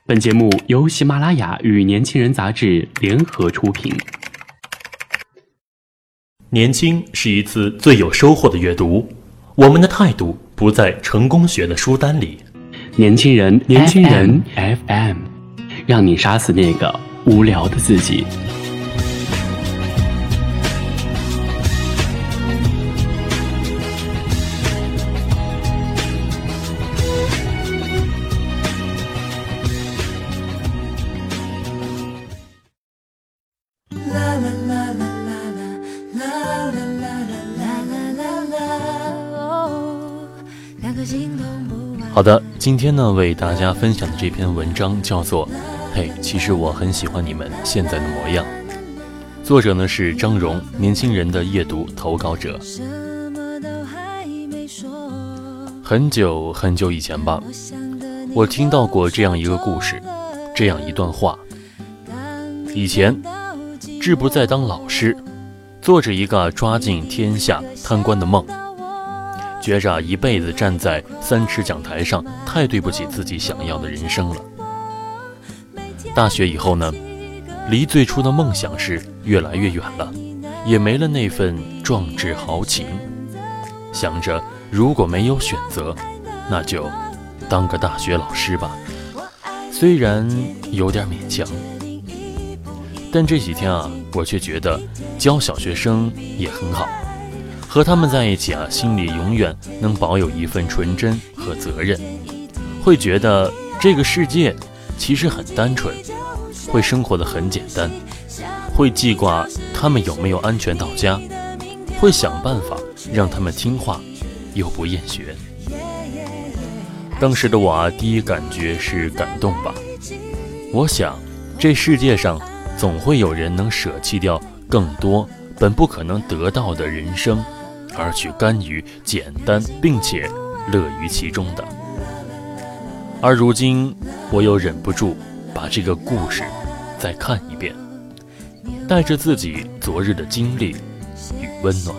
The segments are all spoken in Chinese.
本节目由喜马拉雅与年轻人杂志联合出品。 年轻是一次最有收获的阅读，我们的态度不在成功学的书单里。 年轻人 FM， 让你杀死那个无聊的自己。 好的，今天呢为大家分享的这篇文章叫做嘿，其实我很喜欢你们现在的模样。作者呢是张荣，年轻人的夜读投稿者。很久很久以前吧，我听到过这样一个故事，这样一段话。以前志不在当老师，做着一个抓尽天下贪官的梦，觉着一辈子站在3尺讲台上太对不起自己想要的人生了。大学以后呢，离最初的梦想是越来越远了，也没了那份壮志豪情。想着如果没有选择，那就当个大学老师吧，虽然有点勉强。但这几天啊，我却觉得教小学生也很好，和他们在一起啊，心里永远能保有一份纯真和责任，会觉得这个世界其实很单纯，会生活得很简单，会记挂他们有没有安全到家，会想办法让他们听话又不厌学。当时的我啊，第一感觉是感动吧。我想这世界上总会有人能舍弃掉更多本不可能得到的人生，而去甘于简单并且乐于其中的。而如今我又忍不住把这个故事再看一遍，带着自己昨日的经历与温暖。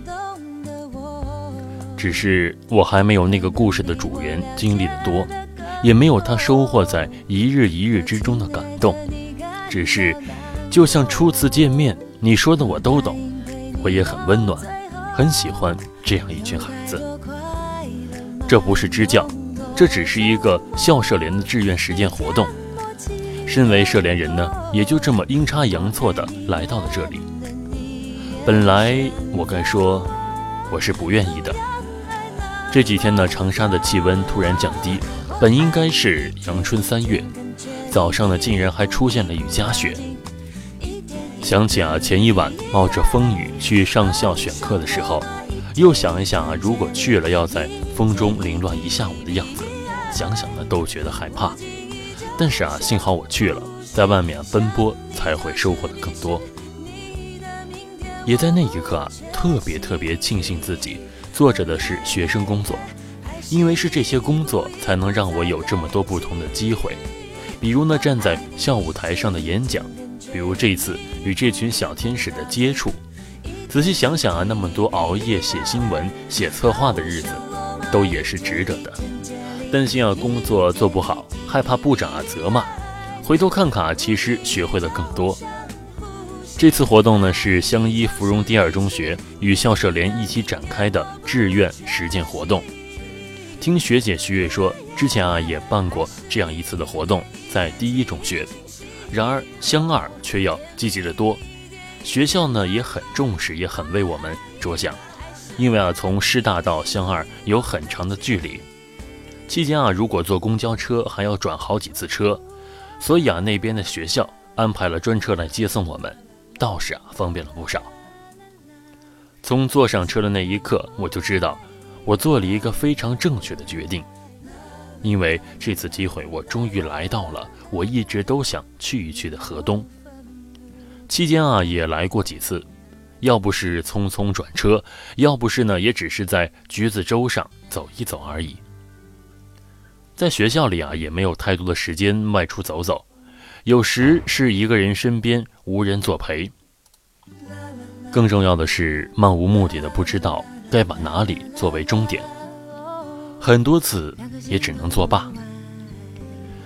只是我还没有那个故事的主人经历的多，也没有他收获在一日一日之中的感动。只是就像初次见面，你说的我都懂，我也很温暖，很喜欢这样一群孩子。这不是支教，这只是一个校社联的志愿实践活动。身为社联人呢，也就这么阴差阳错的来到了这里。本来我该说我是不愿意的。这几天呢，长沙的气温突然降低，本应该是阳春3月，早上呢竟然还出现了雨夹雪。想起啊，前一晚冒着风雨去上校选课的时候，又想一想啊，如果去了要在风中凌乱一下午的样子，想想呢都觉得害怕。但是啊，幸好我去了，在外面奔波才会收获的更多。也在那一刻啊，特别庆幸自己做着的是学生工作，因为是这些工作才能让我有这么多不同的机会。比如呢，站在校舞台上的演讲，比如这次与这群小天使的接触。仔细想想啊，那么多熬夜写新闻、写策划的日子，都也是值得的。担心啊工作做不好，害怕部长啊责骂，回头看看啊，其实学会了更多。这次活动呢，是湘一芙蓉第2中学与校社联一起展开的志愿实践活动。听学姐徐悦说，之前啊也办过这样一次的活动，在第1中学。然而湘2却要积极得多，学校呢也很重视，也很为我们着想。因为啊从师大到湘2有很长的距离，期间啊如果坐公交车还要转好几次车，所以啊那边的学校安排了专车来接送我们，倒是啊方便了不少。从坐上车的那一刻，我就知道我做了一个非常正确的决定。因为这次机会，我终于来到了我一直都想去一去的河东。期间啊也来过几次，要不是匆匆转车，要不是呢也只是在橘子洲上走一走而已。在学校里啊也没有太多的时间外出走走，有时是一个人身边无人作陪，更重要的是漫无目的的不知道该把哪里作为终点，很多次也只能作罢。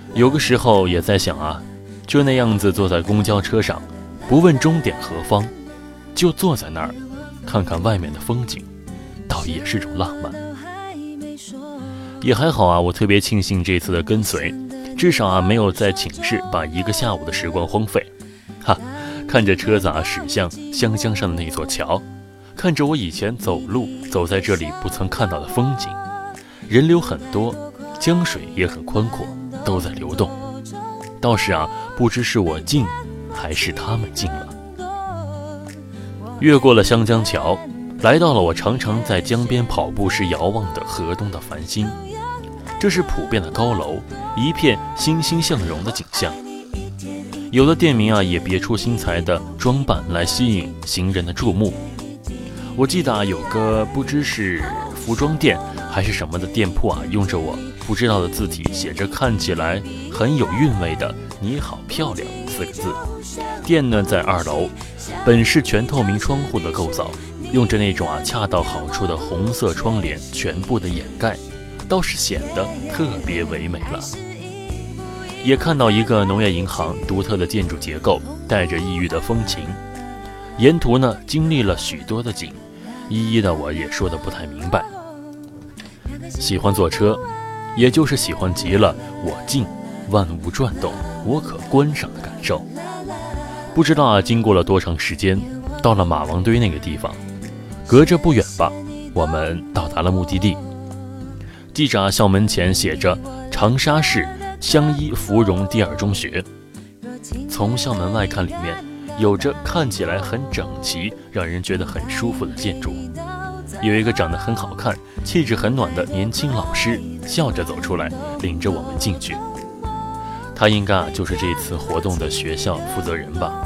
有个时候也在想啊，就那样子坐在公交车上，不问终点何方，就坐在那儿看看外面的风景，倒也是种浪漫。也还好啊，我特别庆幸这次的跟随，至少啊没有在寝室把一个下午的时光荒废。看着车子啊驶向湘江上的那座桥，看着我以前走路走在这里不曾看到的风景，人流很多，江水也很宽阔，都在流动。倒是啊，不知是我静还是他们静了。越过了湘江桥，来到了我常常在江边跑步时遥望的河东的繁星。这是普遍的高楼，一片欣欣向荣的景象。有的店名啊也别出心裁的装扮来吸引行人的注目。我记得啊有个不知是服装店还是什么的店铺啊，用着我不知道的字体写着看起来很有韵味的你好漂亮4个字。店呢在2楼，本是全透明窗户的构造，用着那种啊恰到好处的红色窗帘全部的掩盖，倒是显得特别唯美了。也看到一个农业银行独特的建筑结构，带着异域的风情。沿途呢经历了许多的景，一一的我也说得不太明白。喜欢坐车，也就是喜欢极了我静万物转动我可观赏的感受。不知道啊经过了多长时间，到了马王堆那个地方，隔着不远吧，我们到达了目的地。记着啊校门前写着长沙市湘一芙蓉第2中学。从校门外看，里面有着看起来很整齐，让人觉得很舒服的建筑。有一个长得很好看、气质很暖的年轻老师笑着走出来，领着我们进去。他应该就是这次活动的学校负责人吧。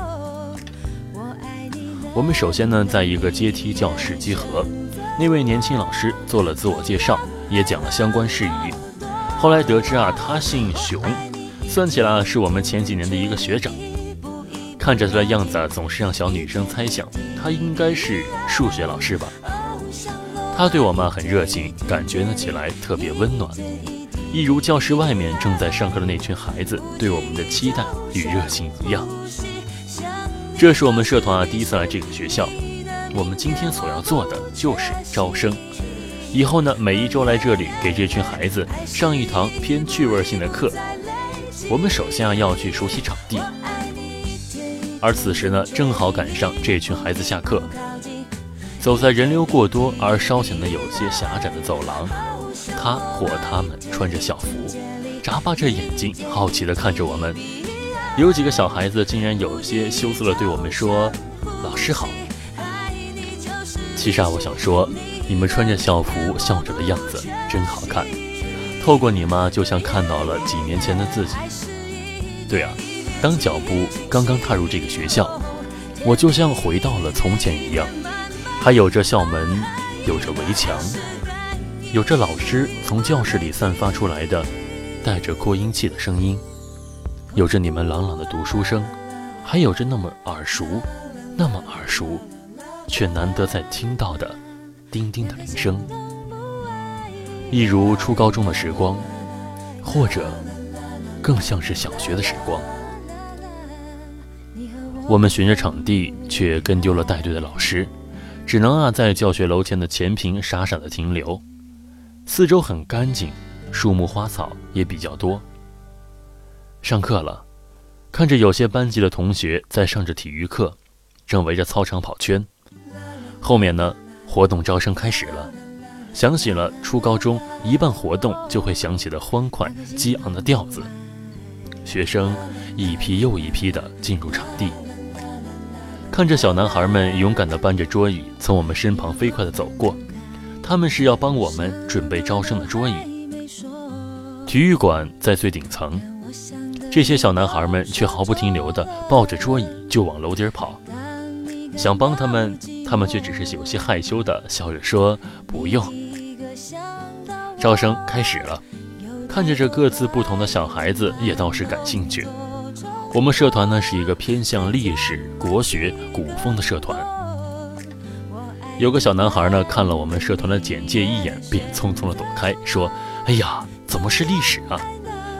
我们首先呢在一个阶梯教室集合，那位年轻老师做了自我介绍，也讲了相关事宜。后来得知啊他姓熊，算起来是我们前几年的一个学长。看着他的样子啊，总是让小女生猜想他应该是数学老师吧。他对我们很热情，感觉呢起来特别温暖，一如教室外面正在上课的那群孩子对我们的期待与热情一样。这是我们社团啊第一次来这个学校，我们今天所要做的就是招生。以后呢每一周来这里给这群孩子上一堂偏趣味性的课。我们首先要去熟悉场地，而此时呢正好赶上这群孩子下课。走在人流过多而稍显得有些狭窄的走廊，他或他们穿着校服，眨巴着眼睛好奇地看着我们。有几个小孩子竟然有些羞涩地对我们说老师好。其实啊我想说，你们穿着校服笑着的样子真好看，透过你们就像看到了几年前的自己。对啊，当脚步刚刚踏入这个学校，我就像回到了从前一样，还有着校门，有着围墙，有着老师从教室里散发出来的带着扩音器的声音，有着你们朗朗的读书声，还有着那么耳熟却难得再听到的叮叮的铃声，一如初高中的时光，或者更像是小学的时光。我们循着场地，却跟丢了带队的老师，只能在教学楼前的前屏傻傻的停留。四周很干净，树木花草也比较多。上课了，看着有些班级的同学在上着体育课，正围着操场跑圈。后面呢，活动招生开始了，响起了初高中一办活动就会响起的欢快激昂的调子。学生一批又一批地进入场地，看着小男孩们勇敢地搬着桌椅从我们身旁飞快地走过，他们是要帮我们准备招生的桌椅。体育馆在最顶层，这些小男孩们却毫不停留地抱着桌椅就往楼顶跑，想帮他们却只是有些害羞地笑着说不用。招生开始了，看着这各自不同的小孩子也倒是感兴趣。我们社团呢是一个偏向历史、国学、古风的社团。有个小男孩呢看了我们社团的简介一眼，便匆匆地躲开，说：“哎呀，怎么是历史啊？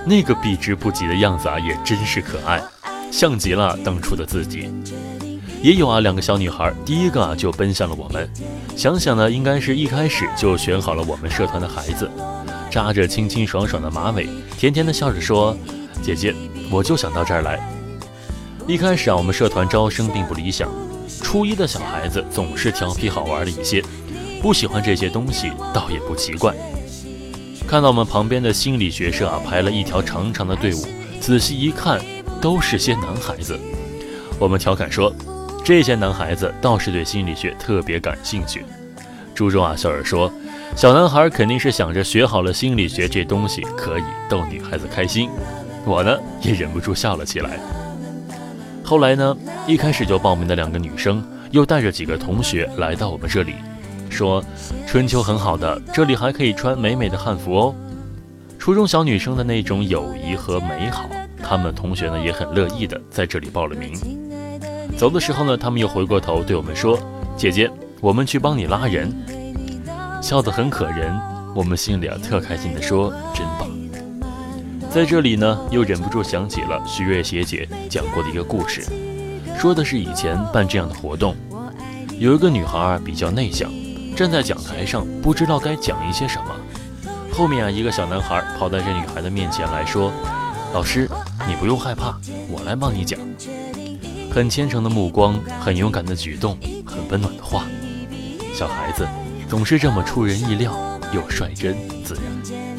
那个避之不及的样子啊，也真是可爱，像极了当初的自己。也有啊2个小女孩，第一个就奔向了我们，想想呢，应该是一开始就选好了我们社团的孩子，扎着清清爽爽的马尾，甜甜的笑着说：姐姐，我就想到这儿来。一开始我们社团招生并不理想，初一的小孩子总是调皮好玩的一些，不喜欢这些东西倒也不奇怪。看到我们旁边的心理学社排了一条长长的队伍，仔细一看，都是些男孩子。我们调侃说，这些男孩子倒是对心理学特别感兴趣。初中笑着说，小男孩肯定是想着学好了心理学这东西可以逗女孩子开心。我呢也忍不住笑了起来。后来呢，一开始就报名的2个女生又带着几个同学来到我们这里，说春秋很好的，这里还可以穿美美的汉服哦。初中小女生的那种友谊和美好，她们同学呢也很乐意的在这里报了名。走的时候呢，他们又回过头对我们说，姐姐，我们去帮你拉人。笑得很可人，我们心里特开心的说，真棒。在这里呢，又忍不住想起了徐瑞学姐讲过的一个故事，说的是以前办这样的活动，有一个女孩比较内向，站在讲台上不知道该讲一些什么，后面一个小男孩跑到这女孩的面前来说，老师，你不用害怕，我来帮你讲。很虔诚的目光，很勇敢的举动，很温暖的话，小孩子总是这么出人意料又率真自然。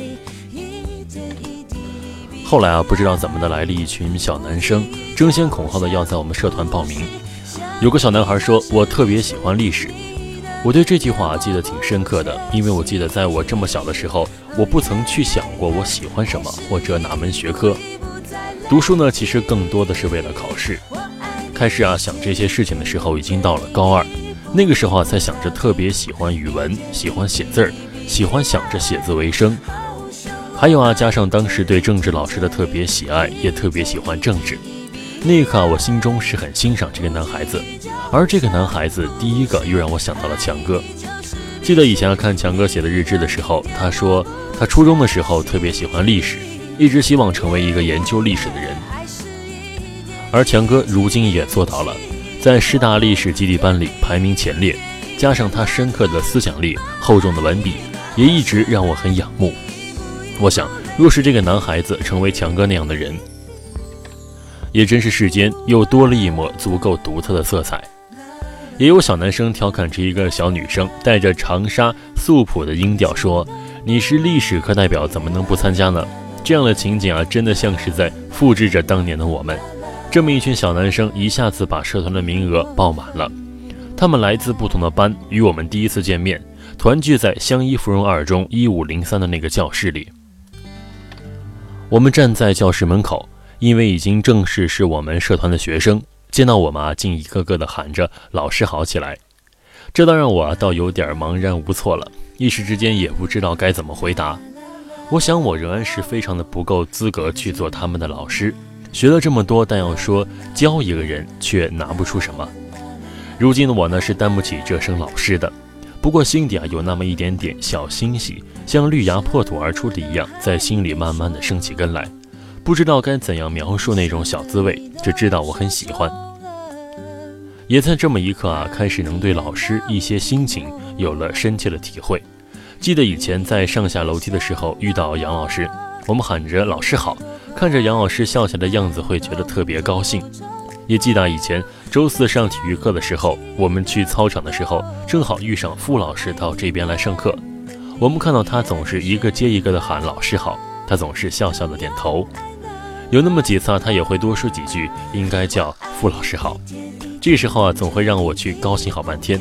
后来不知道怎么的来了一群小男生，争先恐后的要在我们社团报名。有个小男孩说，我特别喜欢历史。我对这句话记得挺深刻的，因为我记得在我这么小的时候，我不曾去想过我喜欢什么或者哪门学科。读书呢，其实更多的是为了考试。开始想这些事情的时候，已经到了高2，那个时候才想着特别喜欢语文，喜欢写字儿，喜欢想着写字为生。还有加上当时对政治老师的特别喜爱，也特别喜欢政治。那一刻我心中是很欣赏这个男孩子，而这个男孩子第一个又让我想到了强哥。记得以前看强哥写的日志的时候，他说他初中的时候特别喜欢历史，一直希望成为一个研究历史的人。而强哥如今也做到了，在师大历史基地班里排名前列，加上他深刻的思想力、厚重的文笔，也一直让我很仰慕。我想，若是这个男孩子成为强哥那样的人，也真是世间又多了一抹足够独特的色彩。也有小男生调侃着一个小女生带着长沙素朴的音调说，你是历史课代表，怎么能不参加呢？这样的情景真的像是在复制着当年的我们。这么一群小男生一下子把社团的名额爆满了，他们来自不同的班，与我们第一次见面，团聚在湘一芙蓉二中1503的那个教室里。我们站在教室门口，因为已经正式是我们社团的学生，见到我们竟一个个的喊着老师好起来。这倒让我倒有点茫然无措了，一时之间也不知道该怎么回答。我想我仍然是非常的不够资格去做他们的老师，学了这么多，但要说教一个人却拿不出什么。如今的我呢，是担不起这声老师的，不过心底有那么一点点小欣喜，像绿芽破土而出的一样，在心里慢慢的生起根来。不知道该怎样描述那种小滋味，只知道我很喜欢。也在这么一刻开始能对老师一些心情有了深切的体会。记得以前在上下楼梯的时候遇到杨老师，我们喊着老师好，看着杨老师笑起来的样子会觉得特别高兴。也记得以前周四上体育课的时候，我们去操场的时候，正好遇上傅老师到这边来上课，我们看到他总是一个接一个的喊老师好，他总是笑笑的点头。有那么几次他也会多说几句，应该叫傅老师好，这时候总会让我去高兴好半天。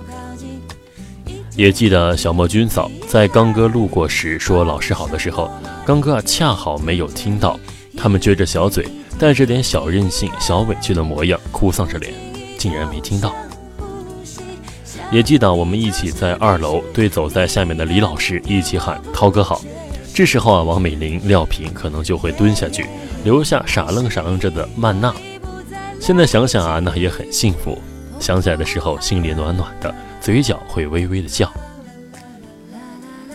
也记得小莫军嫂在刚哥路过时说老师好的时候，刚哥恰好没有听到，他们撅着小嘴，带着点小任性小委屈的模样，哭丧着脸，竟然没听到。也记得我们一起在2楼对走在下面的李老师一起喊涛哥好，这时候王美玲廖平可能就会蹲下去，留下傻愣傻愣着的曼娜。现在想想那也很幸福，想起来的时候心里暖暖的，嘴角会微微的笑。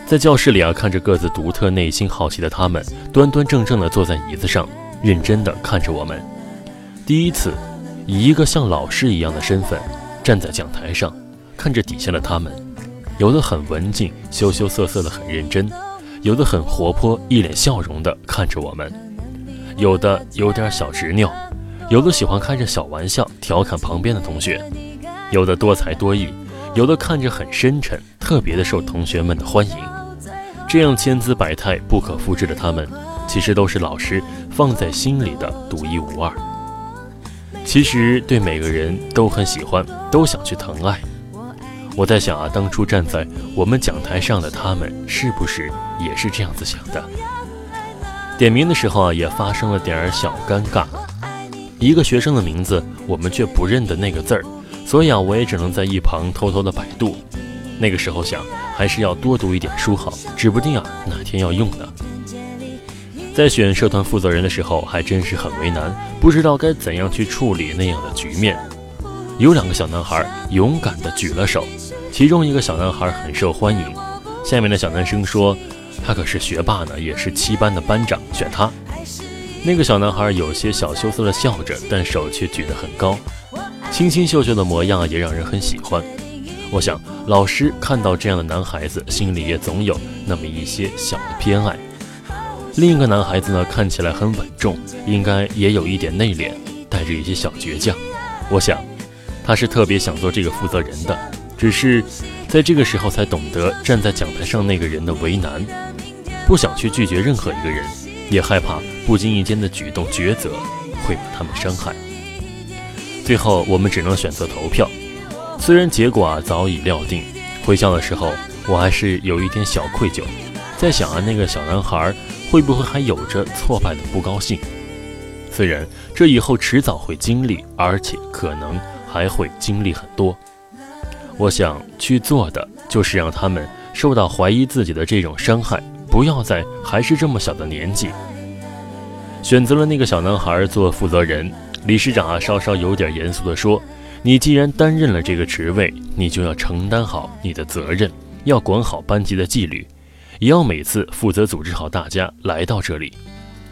在教室里看着各自独特、内心好奇的他们，端端正正地坐在椅子上，认真地看着我们。第一次以一个像老师一样的身份站在讲台上，看着底下的他们，有的很文静，羞羞涩涩的很认真，有的很活泼，一脸笑容地看着我们，有的有点小执拗，有的喜欢开着小玩笑调侃旁边的同学，有的多才多艺，有的看着很深沉，特别的受同学们的欢迎。这样千姿百态、不可复制的他们，其实都是老师放在心里的独一无二。其实对每个人都很喜欢，都想去疼爱。我在想当初站在我们讲台上的他们，是不是也是这样子想的？点名的时候也发生了点小尴尬。一个学生的名字，我们却不认得那个字儿，所以我也只能在一旁偷偷的百度。那个时候想，还是要多读一点书好，指不定哪天要用呢。在选社团负责人的时候，还真是很为难，不知道该怎样去处理那样的局面。有2个小男孩勇敢地举了手，其中一个小男孩很受欢迎，下面的小男生说他可是学霸呢，也是7班的班长，选他。那个小男孩有些小羞涩地笑着，但手却举得很高，清清秀秀的模样也让人很喜欢。我想老师看到这样的男孩子，心里也总有那么一些小的偏爱。另一个男孩子呢，看起来很稳重，应该也有一点内敛，带着一些小倔强。我想他是特别想做这个负责人的，只是在这个时候才懂得站在讲台上那个人的为难，不想去拒绝任何一个人，也害怕不经意间的举动抉择会把他们伤害。最后我们只能选择投票，虽然结果早已料定，回校的时候我还是有一点小愧疚，在想那个小男孩会不会还有着挫败的不高兴。虽然这以后迟早会经历，而且可能还会经历很多，我想去做的就是让他们受到怀疑自己的这种伤害，不要在还是这么小的年纪。选择了那个小男孩做负责人，理事长稍稍有点严肃地说，你既然担任了这个职位，你就要承担好你的责任，要管好班级的纪律，也要每次负责组织好大家来到这里。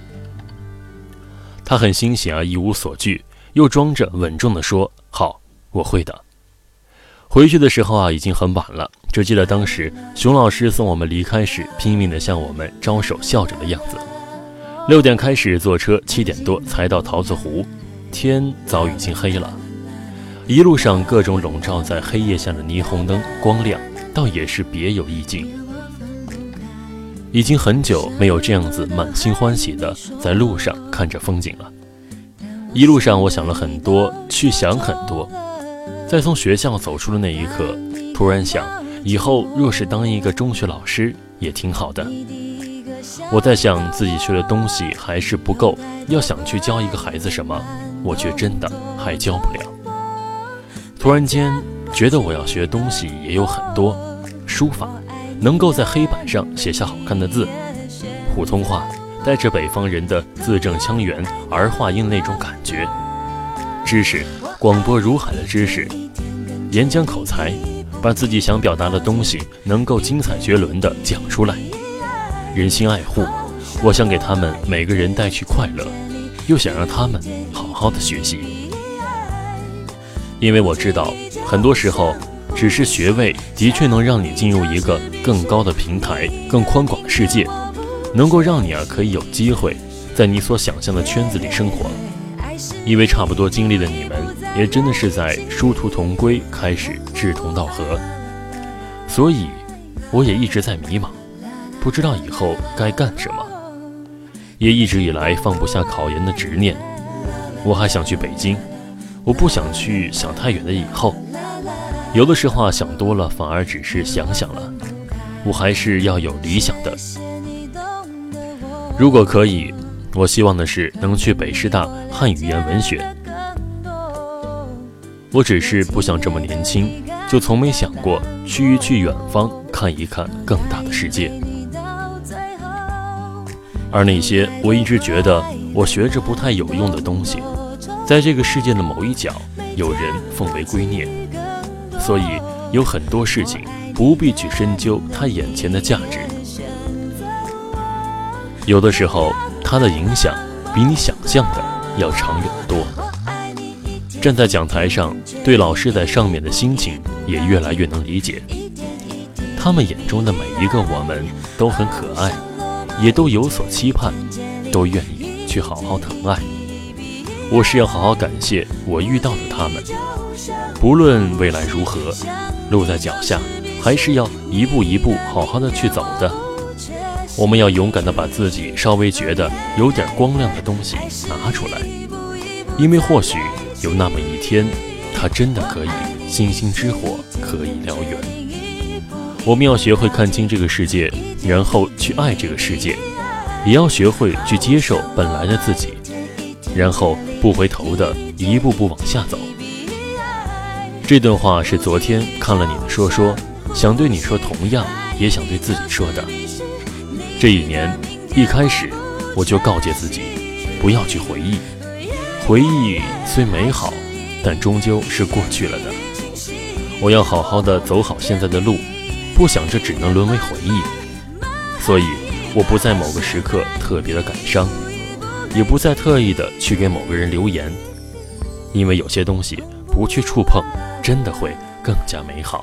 他很欣喜一无所惧，又装着稳重地说，好，我会的。回去的时候已经很晚了，只记得当时熊老师送我们离开时，拼命地向我们招手笑着的样子。6点开始坐车，7点多才到桃子湖，天早已经黑了。一路上各种笼罩在黑夜下的霓虹灯光亮，倒也是别有意境。已经很久没有这样子满心欢喜的在路上看着风景了。一路上我想了很多，去想很多。在从学校走出的那一刻，突然想，以后若是当一个中学老师也挺好的。我在想自己学的东西还是不够，要想去教一个孩子什么，我却真的还教不了。突然间觉得我要学的东西也有很多，书法能够在黑板上写下好看的字，普通话带着北方人的字正腔圆儿化音那种感觉，知识广博如海的知识，演讲口才，把自己想表达的东西能够精彩绝伦地讲出来。人心爱护，我想给他们每个人带去快乐，又想让他们好好的学习。因为我知道很多时候只是学位的确能让你进入一个更高的平台，更宽广的世界，能够让你可以有机会在你所想象的圈子里生活。因为差不多经历的你们也真的是在殊途同归开始志同道合，所以我也一直在迷茫，不知道以后该干什么，也一直以来放不下考研的执念。我还想去北京，我不想去想太远的以后，有的时候想多了反而只是想想了，我还是要有理想的。如果可以，我希望的是能去北师大汉语言文学。我只是不想这么年轻，就从没想过去远方看一看更大的世界。而那些我一直觉得我学着不太有用的东西，在这个世界的某一角有人奉为圭臬，所以有很多事情不必去深究它眼前的价值。有的时候，它的影响比你想象的要长远得多。站在讲台上，对老师在上面的心情也越来越能理解。他们眼中的每一个我们都很可爱，也都有所期盼，都愿意去好好疼爱。我是要好好感谢我遇到的他们，不论未来如何，路在脚下，还是要一步一步好好的去走的。我们要勇敢的把自己稍微觉得有点光亮的东西拿出来，因为或许有那么一天，它真的可以星星之火可以燎原。我们要学会看清这个世界，然后去爱这个世界，也要学会去接受本来的自己，然后不回头的一步步往下走。这段话是昨天看了你的说说，想对你说，同样也想对自己说的。这一年一开始，我就告诫自己不要去回忆，回忆虽美好，但终究是过去了的。我要好好的走好现在的路，不想这只能沦为回忆。所以我不在某个时刻特别的感伤，也不再特意的去给某个人留言，因为有些东西不去触碰，真的会更加美好。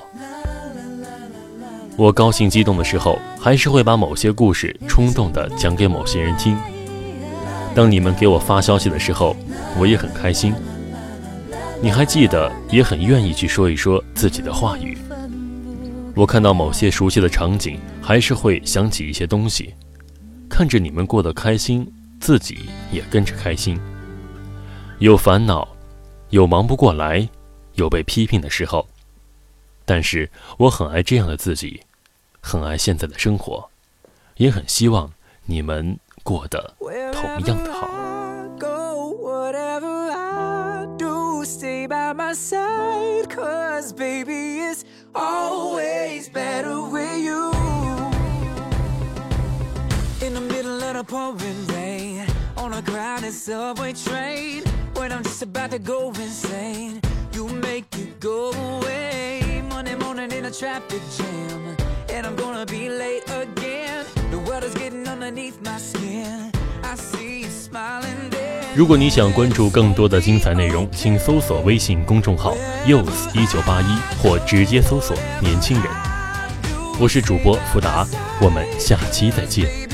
我高兴激动的时候，还是会把某些故事冲动地讲给某些人听。当你们给我发消息的时候，我也很开心。你还记得，也很愿意去说一说自己的话语。我看到某些熟悉的场景，还是会想起一些东西。看着你们过得开心，自己也跟着开心。有烦恼，有忙不过来，有被批评的时候。但是我很爱这样的自己，很爱现在的生活，也很希望你们过得同样的好。 Traffic jam, and I'm gonna be late again. The world is getting underneath my skin. I see you smiling there. 如果你想关注更多的精彩内容，请搜索微信公众号 youth1981 或直接搜索年轻人。我是主播福达，我们下期再见。